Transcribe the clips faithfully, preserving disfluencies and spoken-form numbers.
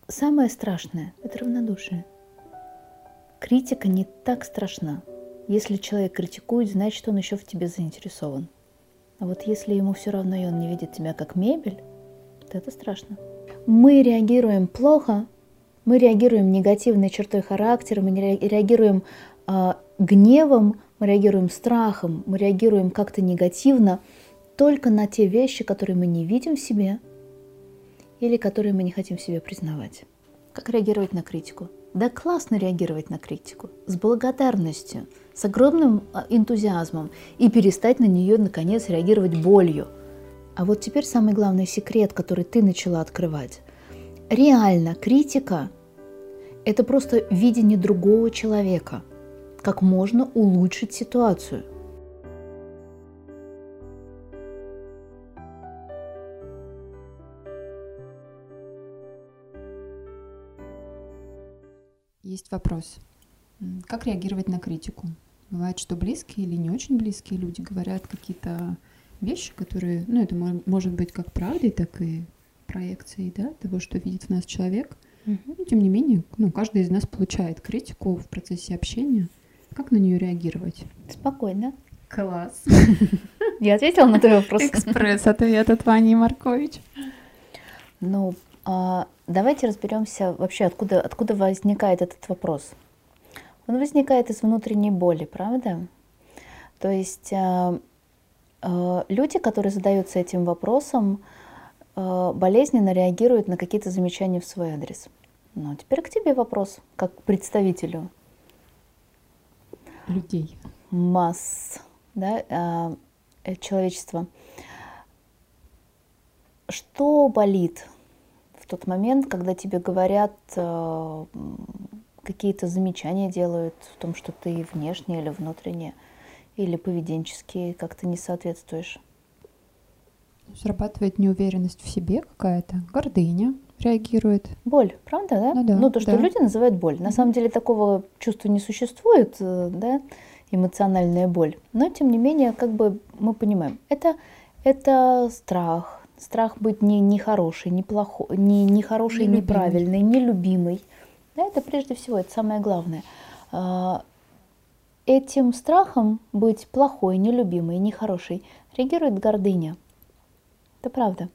самое страшное – это равнодушие. Критика не так страшна. Если человек критикует, значит, он еще в тебе заинтересован. А вот если ему все равно, и он не видит тебя как мебель, то это страшно. Мы реагируем плохо, мы реагируем негативной чертой характера, мы реагируем э, гневом, мы реагируем страхом, мы реагируем как-то негативно только на те вещи, которые мы не видим в себе или которые мы не хотим в себе признавать. Как реагировать на критику? Да классно реагировать на критику, с благодарностью, с огромным энтузиазмом и перестать на нее, наконец, реагировать болью. А вот теперь самый главный секрет, который ты начала открывать. Реально, критика – это просто видение другого человека, как можно улучшить ситуацию. Есть вопрос. Как реагировать на критику? Бывает, что близкие или не очень близкие люди говорят какие-то вещи, которые, ну, это может быть как правдой, так и проекцией, да, того, что видит в нас человек. Угу. Но, тем не менее, ну, каждый из нас получает критику в процессе общения. Как на нее реагировать? Спокойно. Класс. Я ответила на твой вопрос. Экспресс-ответ от Вани Маркович. Ну, а, давайте разберемся вообще, откуда, откуда возникает этот вопрос. Он возникает из внутренней боли, правда? То есть а, а, люди, которые задаются этим вопросом, а, болезненно реагируют на какие-то замечания в свой адрес. Ну, теперь к тебе вопрос, как к представителю людей, масс, да, а, человечества. Что болит в тот момент, когда тебе говорят, э, какие-то замечания делают в том, что ты внешне или внутренне, или поведенчески как-то не соответствуешь? Срабатывает неуверенность в себе какая-то, гордыня реагирует. Боль, правда, да? Ну, да, ну то, что да. люди называют боль. На mm-hmm. самом деле такого чувства не существует, да, эмоциональная боль. Но, тем не менее, как бы мы понимаем, это, это страх. Страх быть не, не хороший, не плохой, не, не хороший, не неправильный, нелюбимый. Да, это прежде всего, это самое главное. Этим страхом быть плохой, нелюбимой, нехорошей реагирует гордыня. Это правда.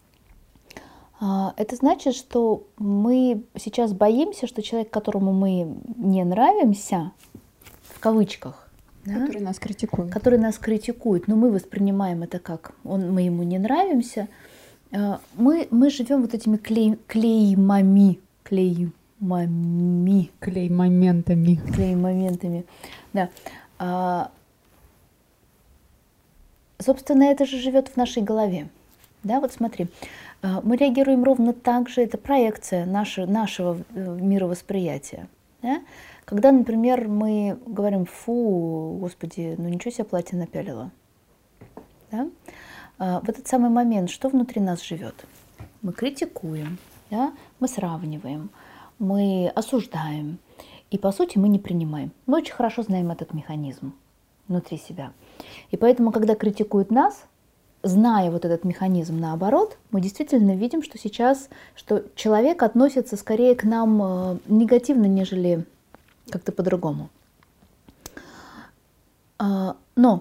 Это значит, что мы сейчас боимся, что человек, которому мы не нравимся, в кавычках, который да, нас критикует. Который нас критикует, но мы воспринимаем это как он, мы ему не нравимся. Мы, мы живем вот этими клей, клеймами, клеймами, клеймоментами, клеймоментами, да. А, собственно, это же живет в нашей голове, да. Вот смотри, мы реагируем ровно так же, это проекция нашего, нашего мировосприятия, да? Когда, например, мы говорим: фу, господи, ну ничего себе платье напялила. Да? А, в этот самый момент что внутри нас живет? Мы критикуем, да? Мы сравниваем, мы осуждаем. И, по сути, мы не принимаем. Мы очень хорошо знаем этот механизм внутри себя. И поэтому, когда критикуют нас, зная вот этот механизм наоборот, мы действительно видим, что сейчас что человек относится скорее к нам негативно, нежели как-то по-другому. Но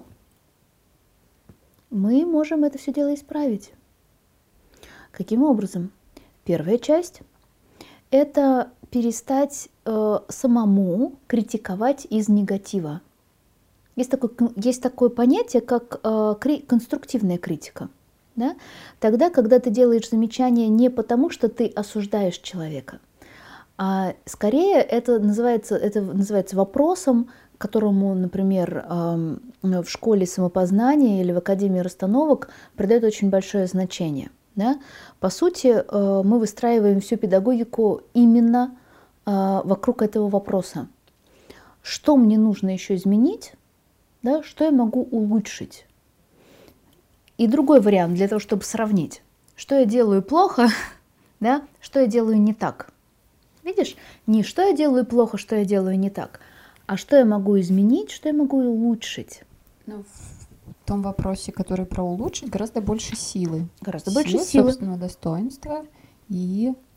мы можем это все дело исправить. Каким образом? Первая часть – это перестать э, самому критиковать из негатива. Есть такое, есть такое понятие, как э, кри, конструктивная критика. Да? Тогда, когда ты делаешь замечание не потому, что ты осуждаешь человека, а скорее это называется, это называется вопросом, которому, например, в школе самопознания или в Академии расстановок придают очень большое значение. Да? По сути, мы выстраиваем всю педагогику именно вокруг этого вопроса. Что мне нужно еще изменить, да? Что я могу улучшить? И другой вариант для того, чтобы сравнить. Что я делаю плохо, да? Что я делаю не так. Видишь, не что я делаю плохо, что я делаю не так, а что я могу изменить, что я могу улучшить. Ну, в том вопросе, который про улучшить, гораздо больше силы. Гораздо силы, больше силы. Собственного достоинства и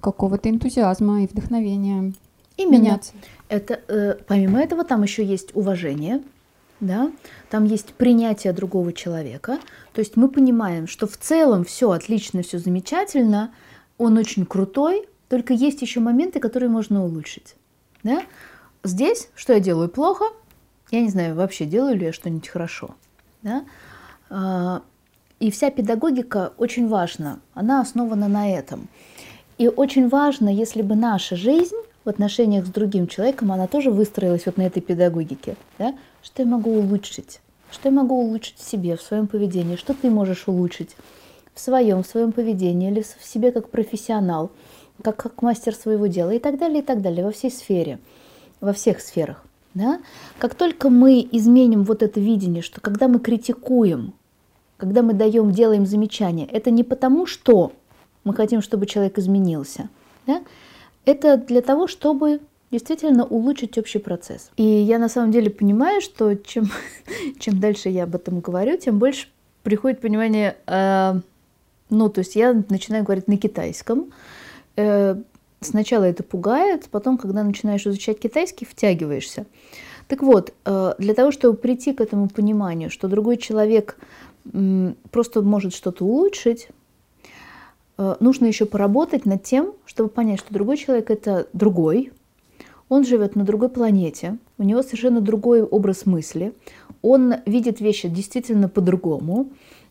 какого-то энтузиазма и вдохновения Именно. меняться. Это, э, помимо этого, там еще есть уважение, да? Там есть принятие другого человека. То есть мы понимаем, что в целом все отлично, все замечательно, он очень крутой, только есть еще моменты, которые можно улучшить. Да? Здесь, что я делаю плохо, я не знаю, вообще делаю ли я что-нибудь хорошо. Да? А, И вся педагогика очень важна, она основана на этом. И очень важно, если бы наша жизнь в отношениях с другим человеком, она тоже выстроилась вот на этой педагогике. Да? Что я могу улучшить? Что я могу улучшить в себе, в своем поведении? Что ты можешь улучшить в своем, в своем поведении или в себе как профессионал, как, как мастер своего дела и так далее, и так далее, во всей сфере, во всех сферах. Да? Как только мы изменим вот это видение, что когда мы критикуем, когда мы даем, делаем замечания, это не потому, что мы хотим, чтобы человек изменился, да? Это для того, чтобы действительно улучшить общий процесс. И я на самом деле понимаю, что чем, чем дальше я об этом говорю, тем больше приходит понимание, э, ну, то есть я начинаю говорить на китайском. Э, сначала это пугает, потом, когда начинаешь изучать китайский, втягиваешься. Так вот, э, для того, чтобы прийти к этому пониманию, что другой человек м, просто может что-то улучшить, нужно еще поработать над тем, чтобы понять, что другой человек – это другой, он живет на другой планете, у него совершенно другой образ мысли, он видит вещи действительно по-другому,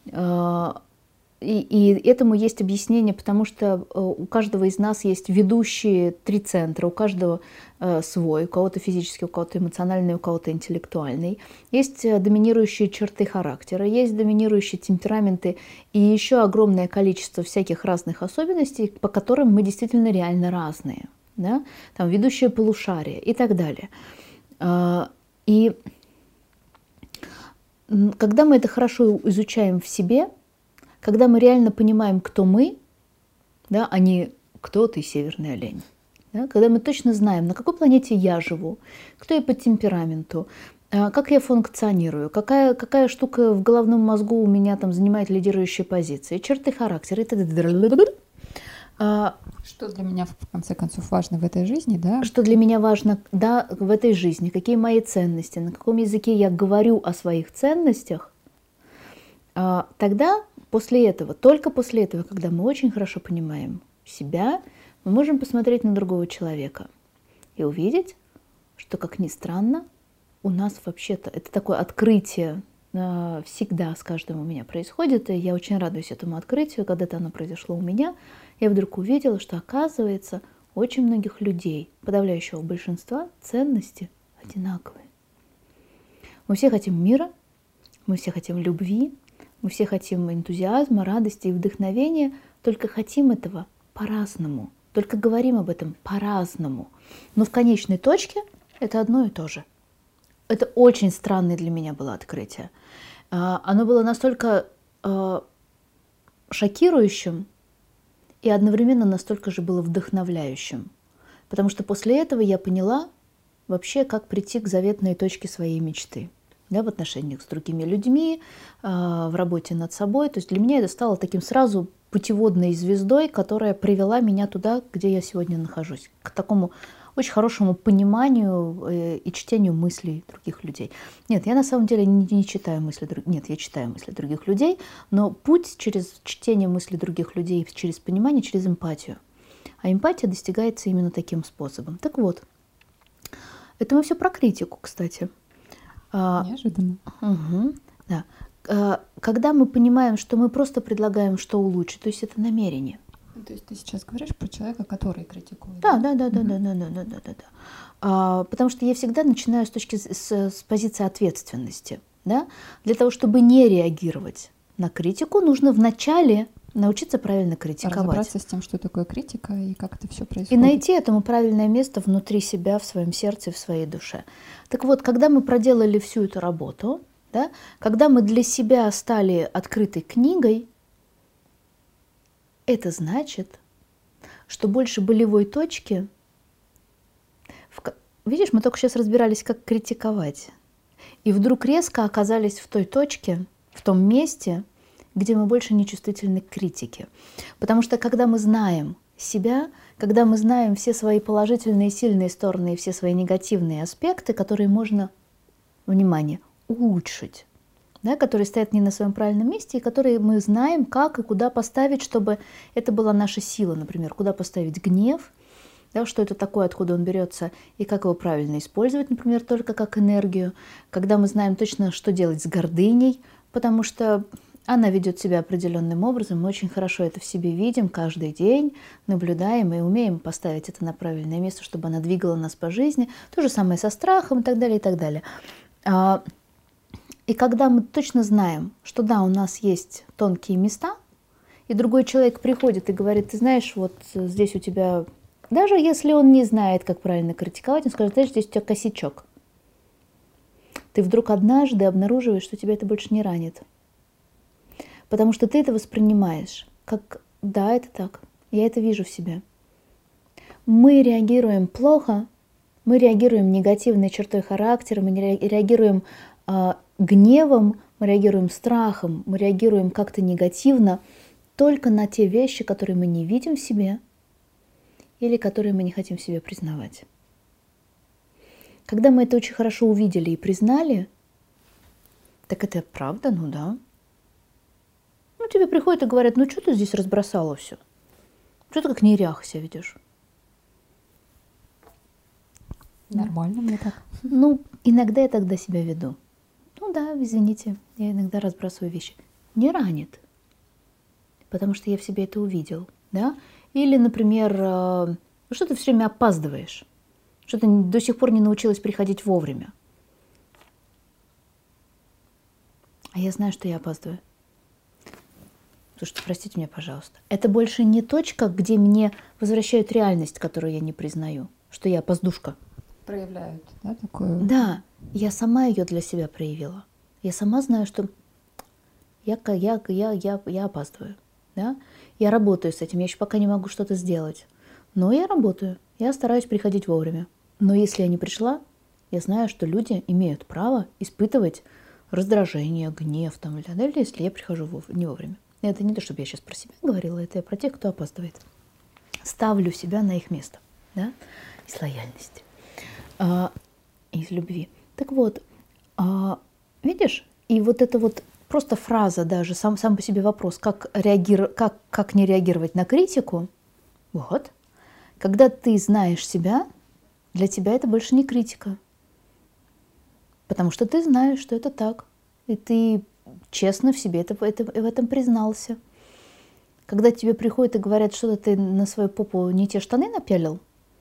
и, и этому есть объяснение, потому что у каждого из нас есть ведущие три центра, у каждого свой, у кого-то физический, у кого-то эмоциональный, у кого-то интеллектуальный. Есть доминирующие черты характера, есть доминирующие темпераменты и еще огромное количество всяких разных особенностей, по которым мы действительно реально разные. Да? Там ведущее полушарие и так далее. И когда мы это хорошо изучаем в себе, когда мы реально понимаем, кто мы, да, а не кто ты, северный олень, да, когда мы точно знаем, на какой планете я живу, кто я по темпераменту, как я функционирую, какая, какая штука в головном мозгу у меня там занимает лидирующие позиции, черты характера и т.д. Что для меня, в конце концов, важно в этой жизни, да? Что для меня важно, да, в этой жизни, какие мои ценности, на каком языке я говорю о своих ценностях, тогда после этого, только после этого, когда мы очень хорошо понимаем себя, мы можем посмотреть на другого человека и увидеть, что, как ни странно, у нас вообще-то это такое открытие всегда с каждым у меня происходит, и я очень радуюсь этому открытию. Когда-то оно произошло у меня, я вдруг увидела, что, оказывается, у очень многих людей, подавляющего большинства, ценности одинаковые. Мы все хотим мира, мы все хотим любви, мы все хотим энтузиазма, радости и вдохновения, только хотим этого по-разному, только говорим об этом по-разному. Но в конечной точке это одно и то же. Это очень странное для меня было открытие. Оно было настолько шокирующим и одновременно настолько же было вдохновляющим. Потому что после этого я поняла вообще, как прийти к заветной точке своей мечты. Да, в отношениях с другими людьми, в работе над собой. То есть для меня это стало таким сразу путеводной звездой, которая привела меня туда, где я сегодня нахожусь. К такому очень хорошему пониманию и чтению мыслей других людей. Нет, я на самом деле не, не читаю мысли других, нет, я читаю мысли других людей, но путь через чтение мыслей других людей, через понимание, через эмпатию. А эмпатия достигается именно таким способом. Так вот, это мы все про критику, кстати. Неожиданно. Угу, да. Когда мы понимаем, что мы просто предлагаем, что улучшить, то есть это намерение. То есть ты сейчас говоришь про человека, который критикует. Да, да, да, да, да, да, да, да, да, да, да. А, потому что я всегда начинаю с точки с, с позиции ответственности, да. Для того, чтобы не реагировать на критику, нужно вначале научиться правильно критиковать. Разобраться с тем, что такое критика и как это все происходит. И найти этому правильное место внутри себя, в своем сердце, в своей душе. Так вот, когда мы проделали всю эту работу, да, когда мы для себя стали открытой книгой, это значит, что больше болевой точки... В... Видишь, мы только сейчас разбирались, как критиковать. И вдруг резко оказались в той точке, в том месте, где мы больше не чувствительны к критике. Потому что когда мы знаем себя, когда мы знаем все свои положительные и сильные стороны и все свои негативные аспекты, которые можно, внимание, улучшить, да, которые стоят не на своем правильном месте, и которые мы знаем, как и куда поставить, чтобы это была наша сила, например, куда поставить гнев, да, что это такое, откуда он берется, и как его правильно использовать, например, только как энергию, когда мы знаем точно, что делать с гордыней, потому что она ведет себя определенным образом, мы очень хорошо это в себе видим каждый день, наблюдаем и умеем поставить это на правильное место, чтобы она двигала нас по жизни. То же самое со страхом и так далее, и так далее. И когда мы точно знаем, что да, у нас есть тонкие места, и другой человек приходит и говорит, ты знаешь, вот здесь у тебя, даже если он не знает, как правильно критиковать, он скажет, знаешь, здесь у тебя косячок. Ты вдруг однажды обнаруживаешь, что тебя это больше не ранит. Потому что ты это воспринимаешь как, да, это так, я это вижу в себе. Мы реагируем плохо, мы реагируем негативной чертой характера, мы реагируем э, гневом, мы реагируем страхом, мы реагируем как-то негативно только на те вещи, которые мы не видим в себе или которые мы не хотим в себе признавать. Когда мы это очень хорошо увидели и признали, так это правда, ну да. Ну, тебе приходят и говорят, ну, что ты здесь разбросала все? Что ты как неряха себя ведешь? Нормально мне так. Ну, иногда я тогда себя веду. Ну да, извините, я иногда разбрасываю вещи. Не ранит, потому что я в себе это увидел, да? Или, например, ну, что ты все время опаздываешь? Что ты до сих пор не научилась приходить вовремя? А я знаю, что я опаздываю. Слушайте, простите меня, пожалуйста. Это больше не точка, где мне возвращают реальность, которую я не признаю, что я опоздушка. Проявляют, да, такое? Да, я сама ее для себя проявила. Я сама знаю, что я, я, я, я, я опаздываю. Да? Я работаю с этим, я еще пока не могу что-то сделать. Но я работаю, я стараюсь приходить вовремя. Но если я не пришла, я знаю, что люди имеют право испытывать раздражение, гнев, там, или, или если я прихожу не вовремя. Это не то, чтобы я сейчас про себя говорила, это я про тех, кто опаздывает. Ставлю себя на их место, да, из лояльности, а, из любви. Так вот, а, видишь, и вот это вот просто фраза даже, сам, сам по себе вопрос, как, реагир, как, как не реагировать на критику, вот, когда ты знаешь себя, для тебя это больше не критика, потому что ты знаешь, что это так, и ты честно в себе это, это, в этом признался. Когда тебе приходят и говорят, что ты на свою попу не те штаны напялил,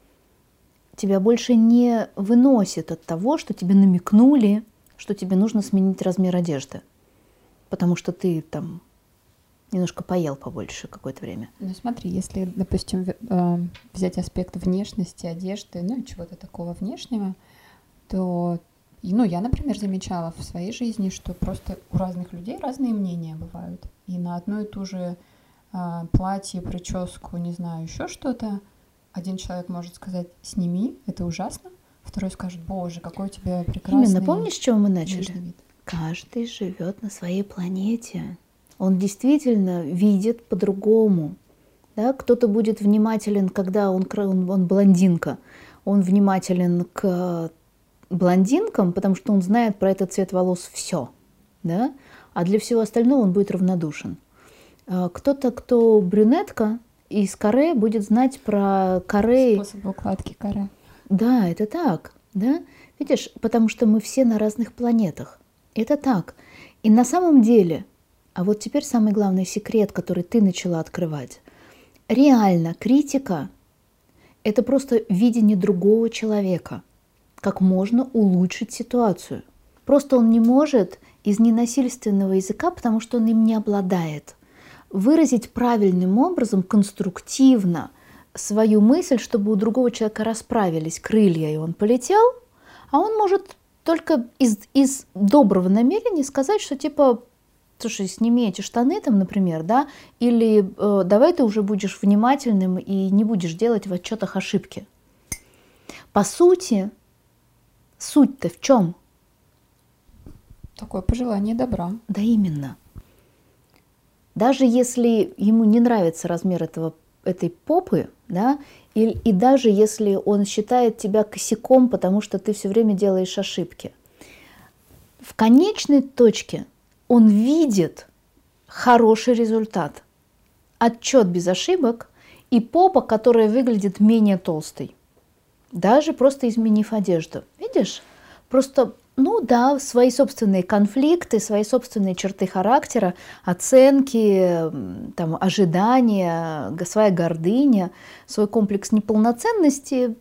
тебя больше не выносит от того, что тебе намекнули, что тебе нужно сменить размер одежды, потому что ты там немножко поел побольше какое-то время. Ну смотри, если, допустим, взять аспект внешности, одежды, ну и чего-то такого внешнего, то, ну, я, например, замечала в своей жизни, что просто у разных людей разные мнения бывают. И на одно и ту же а, платье, прическу, не знаю, еще что-то, один человек может сказать «сними, это ужасно», второй скажет «боже, какой у тебя прекрасный». Именно, помнишь, с чего мы начали? Каждый живет на своей планете. Он действительно видит по-другому. Да? Кто-то будет внимателен, когда он, он, он блондинка, он внимателен к блондинкам, потому что он знает про этот цвет волос все, да? А для всего остального он будет равнодушен. Кто-то, кто брюнетка из каре, будет знать про каре. Способ укладки каре. Да, это так, да? Видишь, потому что мы все на разных планетах. Это так. И на самом деле, а вот теперь самый главный секрет, который ты начала открывать. Реально критика – это просто видение другого человека, как можно улучшить ситуацию. Просто он не может из ненасильственного языка, потому что он им не обладает, выразить правильным образом, конструктивно свою мысль, чтобы у другого человека расправились крылья, и он полетел, а он может только из, из доброго намерения сказать, что типа, слушай, сними эти штаны там, например, да, или э, давай ты уже будешь внимательным и не будешь делать в отчетах ошибки. По сути, суть-то в чем? Такое пожелание добра. Да именно. Даже если ему не нравится размер этого этой попы, да, и, и даже если он считает тебя косяком, потому что ты все время делаешь ошибки, в конечной точке он видит хороший результат. Отчет без ошибок и попа, которая выглядит менее толстой. Даже просто изменив одежду. Видишь? Просто, ну да, свои собственные конфликты, свои собственные черты характера, оценки, там, ожидания, своя гордыня, свой комплекс неполноценности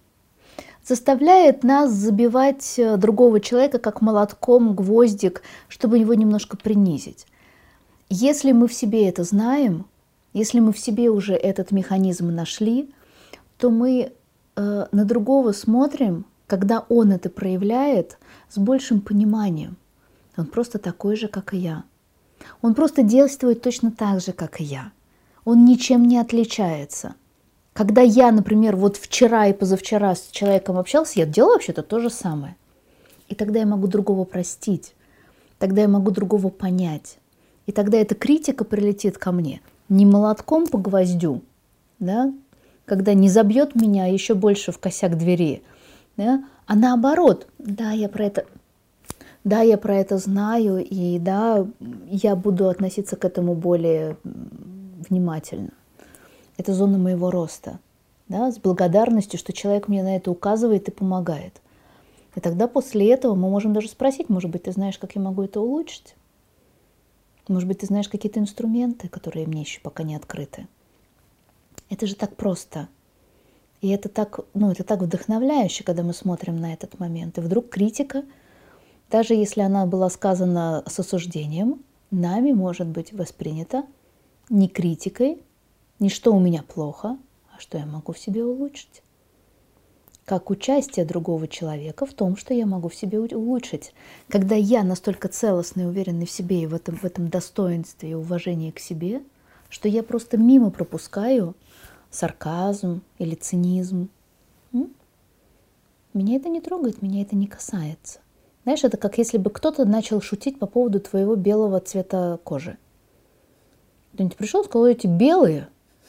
заставляет нас забивать другого человека как молотком гвоздик, чтобы его немножко принизить. Если мы в себе это знаем, если мы в себе уже этот механизм нашли, то мы э, на другого смотрим, когда он это проявляет, с большим пониманием. Он просто такой же, как и я. Он просто действует точно так же, как и я. Он ничем не отличается. Когда я, например, вот вчера и позавчера с человеком общался, я делала вообще-то то же самое. И тогда я могу другого простить, тогда я могу другого понять. И тогда эта критика прилетит ко мне не молотком по гвоздю, да, когда не забьет меня еще больше в косяк двери, да, а наоборот, да, я про это, да, я про это знаю, и да, я буду относиться к этому более внимательно. Это зона моего роста, да, с благодарностью, что человек мне на это указывает и помогает. И тогда после этого мы можем даже спросить, может быть, ты знаешь, как я могу это улучшить? Может быть, ты знаешь какие-то инструменты, которые мне еще пока не открыты? Это же так просто. И это так, ну, это так вдохновляюще, когда мы смотрим на этот момент. И вдруг критика, даже если она была сказана с осуждением, нами может быть воспринята не критикой, не что у меня плохо, а что я могу в себе улучшить. Как участие другого человека в том, что я могу в себе улучшить. Когда я настолько целостный и уверенный в себе и в этом, в этом достоинстве и уважении к себе, что я просто мимо пропускаю сарказм или цинизм. М? Меня это не трогает, меня это не касается. Знаешь, это как если бы кто-то начал шутить по поводу твоего белого цвета кожи. Кто-нибудь пришел и сказал, эти белые.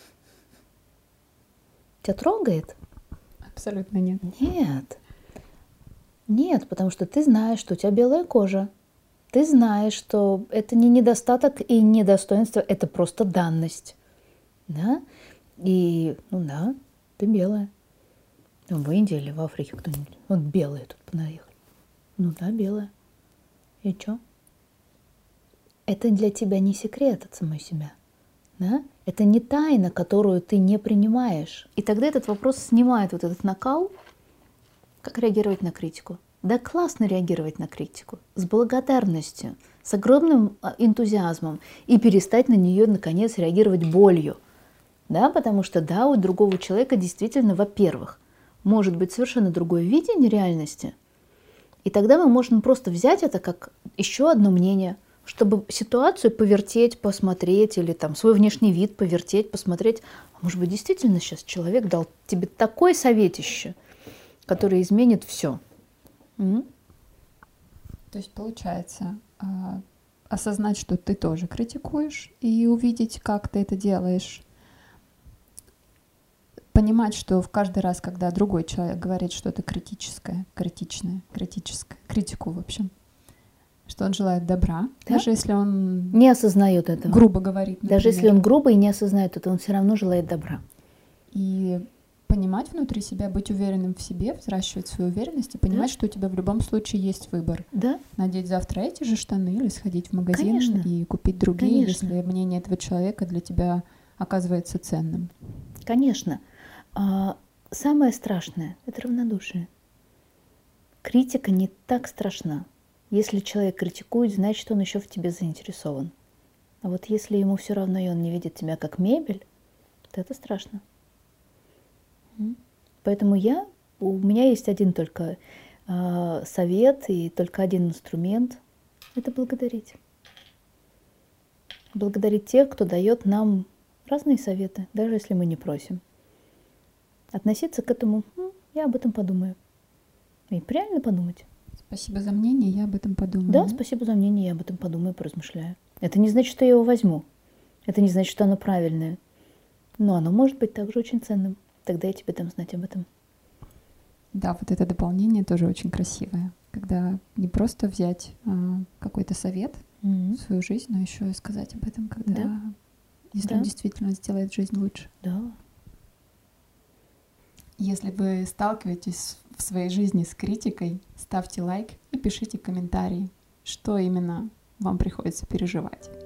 Тебя трогает? Абсолютно нет. Нет. Нет, потому что ты знаешь, что у тебя белая кожа. Ты знаешь, что это не недостаток и не достоинство, это просто данность. Да? И, ну да, ты белая. В Индии или в Африке кто-нибудь. Вот белые тут понаехали. Ну да, белая. И что? Это для тебя не секрет от самой себя. Да? Это не тайна, которую ты не принимаешь. И тогда этот вопрос снимает вот этот накал. Как реагировать на критику? Да, классно реагировать на критику. С благодарностью, с огромным энтузиазмом. И перестать на нее, наконец, реагировать болью. Да, потому что, да, у другого человека действительно, во-первых, может быть совершенно другое видение реальности. И тогда мы можем просто взять это как еще одно мнение, чтобы ситуацию повертеть, посмотреть, или там свой внешний вид повертеть, посмотреть. А может быть, действительно сейчас человек дал тебе такое советище, которое изменит все. М? То есть получается, осознать, что ты тоже критикуешь, и увидеть, как ты это делаешь. Понимать, что в каждый раз, когда другой человек говорит что-то критическое, критичное, критическое, критику, в общем, что он желает добра, да? Даже если он не осознает этого. Грубо говорит, например. Даже если он грубо и не осознает это, он все равно желает добра. И понимать внутри себя, быть уверенным в себе, взращивать свою уверенность и понимать, да? Что у тебя в любом случае есть выбор. Да. Надеть завтра эти же штаны или сходить в магазин Конечно. И купить другие, Конечно. Если мнение этого человека для тебя оказывается ценным. Конечно. А самое страшное – это равнодушие. Критика не так страшна. Если человек критикует, значит, он еще в тебе заинтересован. А вот если ему все равно, и он не видит тебя как мебель, то это страшно. Поэтому я, у меня есть один только э, совет и только один инструмент – это благодарить. Благодарить тех, кто дает нам разные советы, даже если мы не просим. Относиться к этому, ну, я об этом подумаю. И правильно подумать. Спасибо за мнение, я об этом подумаю. Да, спасибо за мнение, я об этом подумаю, поразмышляю. Это не значит, что я его возьму. Это не значит, что оно правильное. Но оно может быть также очень ценным. Тогда я тебе дам знать об этом. Да, вот это дополнение тоже очень красивое, когда не просто взять а, какой-то совет mm-hmm. в свою жизнь, но еще и сказать об этом, когда, да. если да. он действительно сделает жизнь лучше. Да. Если вы сталкиваетесь в своей жизни с критикой, ставьте лайк и пишите комментарии, что именно вам приходится переживать.